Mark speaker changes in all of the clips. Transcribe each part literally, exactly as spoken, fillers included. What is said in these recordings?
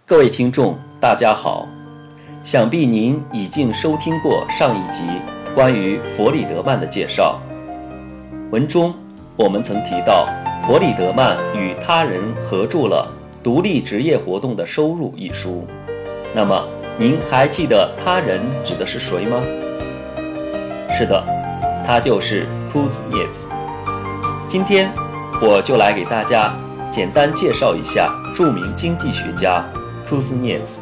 Speaker 1: 各位听众，大家好。想必您已经收听过上一集关于弗里德曼的介绍。文中我们曾提到，弗里德曼与他人合著了《独立职业活动的收入》一书。那么，您还记得他人指的是谁吗？是的，他就是库兹涅茨。今天我就来给大家简单介绍一下著名经济学家库兹涅茨。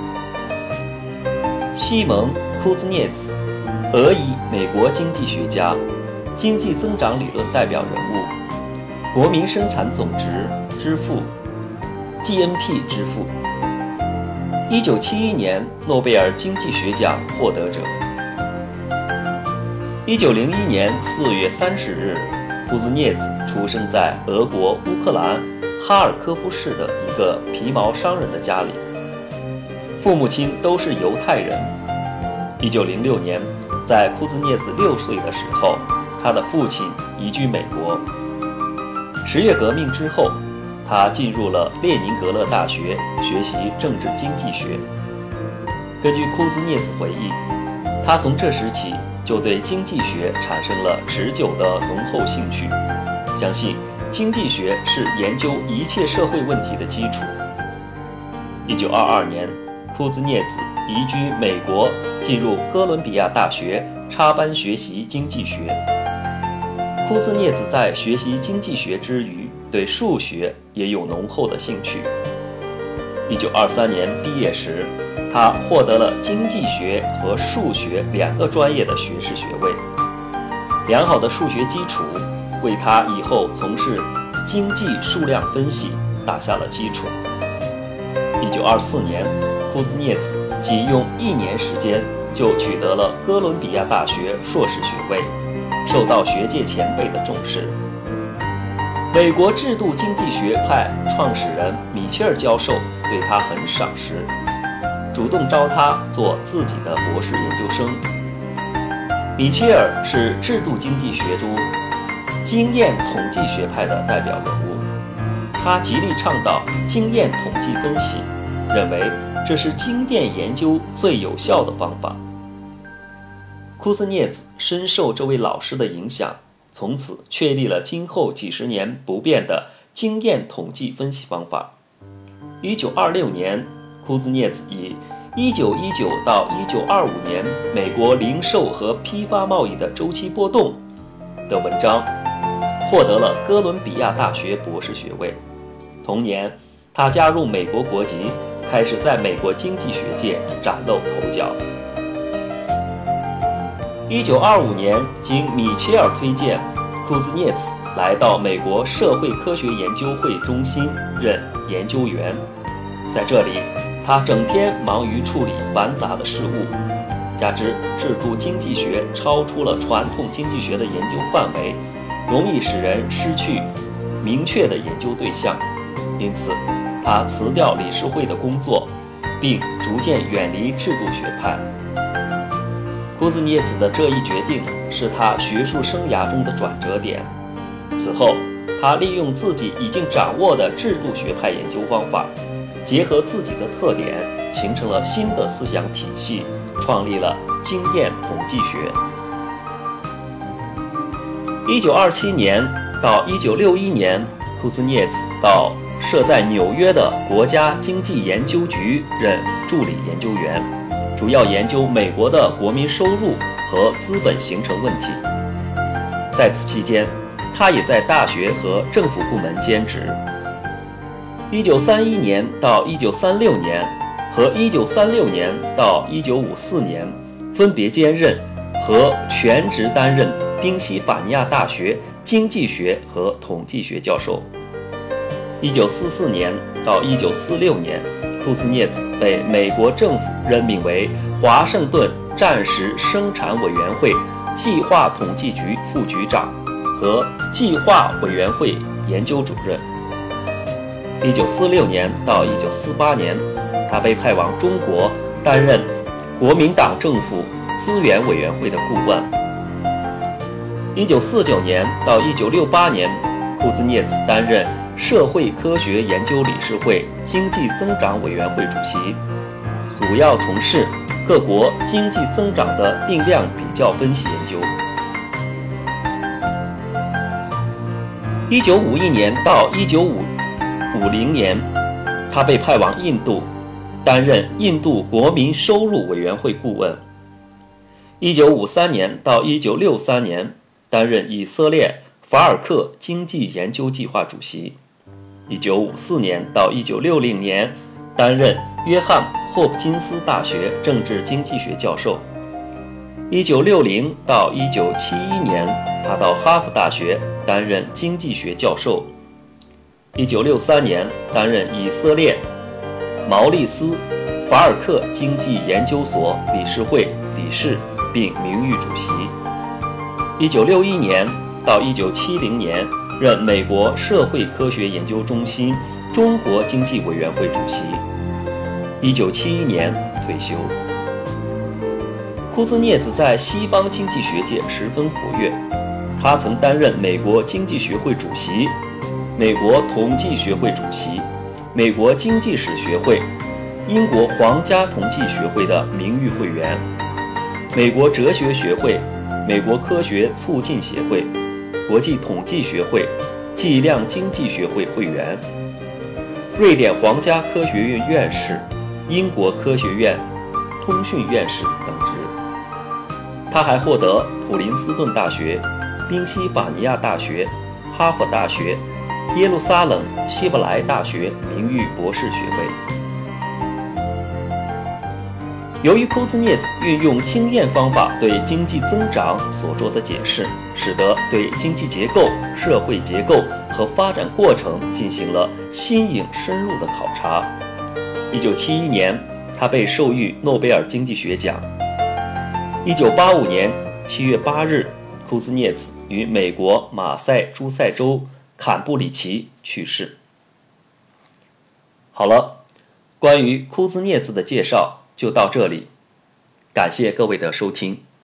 Speaker 1: 西蒙·库兹涅茨，俄裔美国经济学家，经济增长理论代表人物，国民生产总值之父 G N P 之父，一九七一年诺贝尔经济学奖获得者。一九零一年四月三十日，库兹涅茨出生在俄国乌克兰哈尔科夫市的一个皮毛商人的家里，父母亲都是犹太人。一九零六年，在库兹涅茨六岁的时候，他的父亲移居美国。十月革命之后，他进入了列宁格勒大学学习政治经济学。根据库兹涅茨回忆，他从这时起就对经济学产生了持久的浓厚兴趣，相信经济学是研究一切社会问题的基础。一九二二年，库兹涅茨移居美国，进入哥伦比亚大学插班学习经济学。库兹涅茨在学习经济学之余，对数学也有浓厚的兴趣。一九二三年毕业时，他获得了经济学和数学两个专业的学士学位。良好的数学基础为他以后从事经济数量分析打下了基础。一九二四年，库兹涅茨仅用一年时间就取得了哥伦比亚大学硕士学位，受到学界前辈的重视。美国制度经济学派创始人米切尔教授对他很赏识，主动招他做自己的博士研究生。米切尔是制度经济学中经验统计学派的代表人物，他极力倡导经验统计分析，认为这是经验研究最有效的方法。库兹涅茨深受这位老师的影响，从此确立了今后几十年不变的经验统计分析方法。一九二六年，库兹涅茨以一九一九到一九二五年美国零售和批发贸易的周期波动的文章，获得了哥伦比亚大学博士学位。同年，他加入美国国籍，开始在美国经济学界崭露头角。一九二五年，经米切尔推荐，库兹涅茨来到美国社会科学研究会中心任研究员。在这里，他整天忙于处理繁杂的事务，加之制度经济学超出了传统经济学的研究范围，容易使人失去明确的研究对象，因此他辞掉理事会的工作，并逐渐远离制度学派。库兹涅茨的这一决定是他学术生涯中的转折点。此后，他利用自己已经掌握的制度学派研究方法，结合自己的特点，形成了新的思想体系，创立了经验统计学。一九二七年到一九六一年，库兹涅茨到设在纽约的国家经济研究局任助理研究员，主要研究美国的国民收入和资本形成问题。在此期间，他也在大学和政府部门兼职。一九三一年到一九三六年和一九三六年到一九五四年，分别兼任和全职担任宾夕法尼亚大学经济学和统计学教授。一九四四年到一九四六年，库兹涅茨被美国政府任命为华盛顿战时生产委员会计划统计局副局长和计划委员会研究主任。一九四六年到一九四八年，他被派往中国担任国民党政府资源委员会的顾问。一九四九年到一九六八年，库兹涅茨担任社会科学研究理事会经济增长委员会主席，主要从事各国经济增长的定量比较分析研究。一九五一年到一九五零年，他被派往印度，担任印度国民收入委员会顾问。一九五三年到一九六三年，担任以色列法尔克经济研究计划主席。一九五四年到一九六零年，担任约翰霍普金斯大学政治经济学教授。一九六零到一九七一年，他到哈佛大学担任经济学教授。一九六三年，担任以色列毛利斯法尔克经济研究所理事会理事并名誉主席。一九六一年到一九七零年，任美国社会科学研究中心中国经济委员会主席。一九七一年退休。库兹涅兹在西方经济学界十分活跃，他曾担任美国经济学会主席、美国统计学会主席、美国经济史学会、英国皇家统计学会的名誉会员、美国哲学学会、美国科学促进协会、国际统计学会、计量经济学会会员、瑞典皇家科学院院士、英国科学院通讯院士等职。他还获得普林斯顿大学、宾夕法尼亚大学、哈佛大学、耶路撒冷希伯来大学名誉博士学位。由于库兹涅兹运用经验方法对经济增长所做的解释，使得对经济结构、社会结构和发展过程进行了新颖深入的考察。一九七一年，他被授予诺贝尔经济学奖。一九八五年七月八日，库兹涅兹于美国马赛诸塞州坎布里奇去世。好了，关于库兹涅兹的介绍就到这里，感谢各位的收听。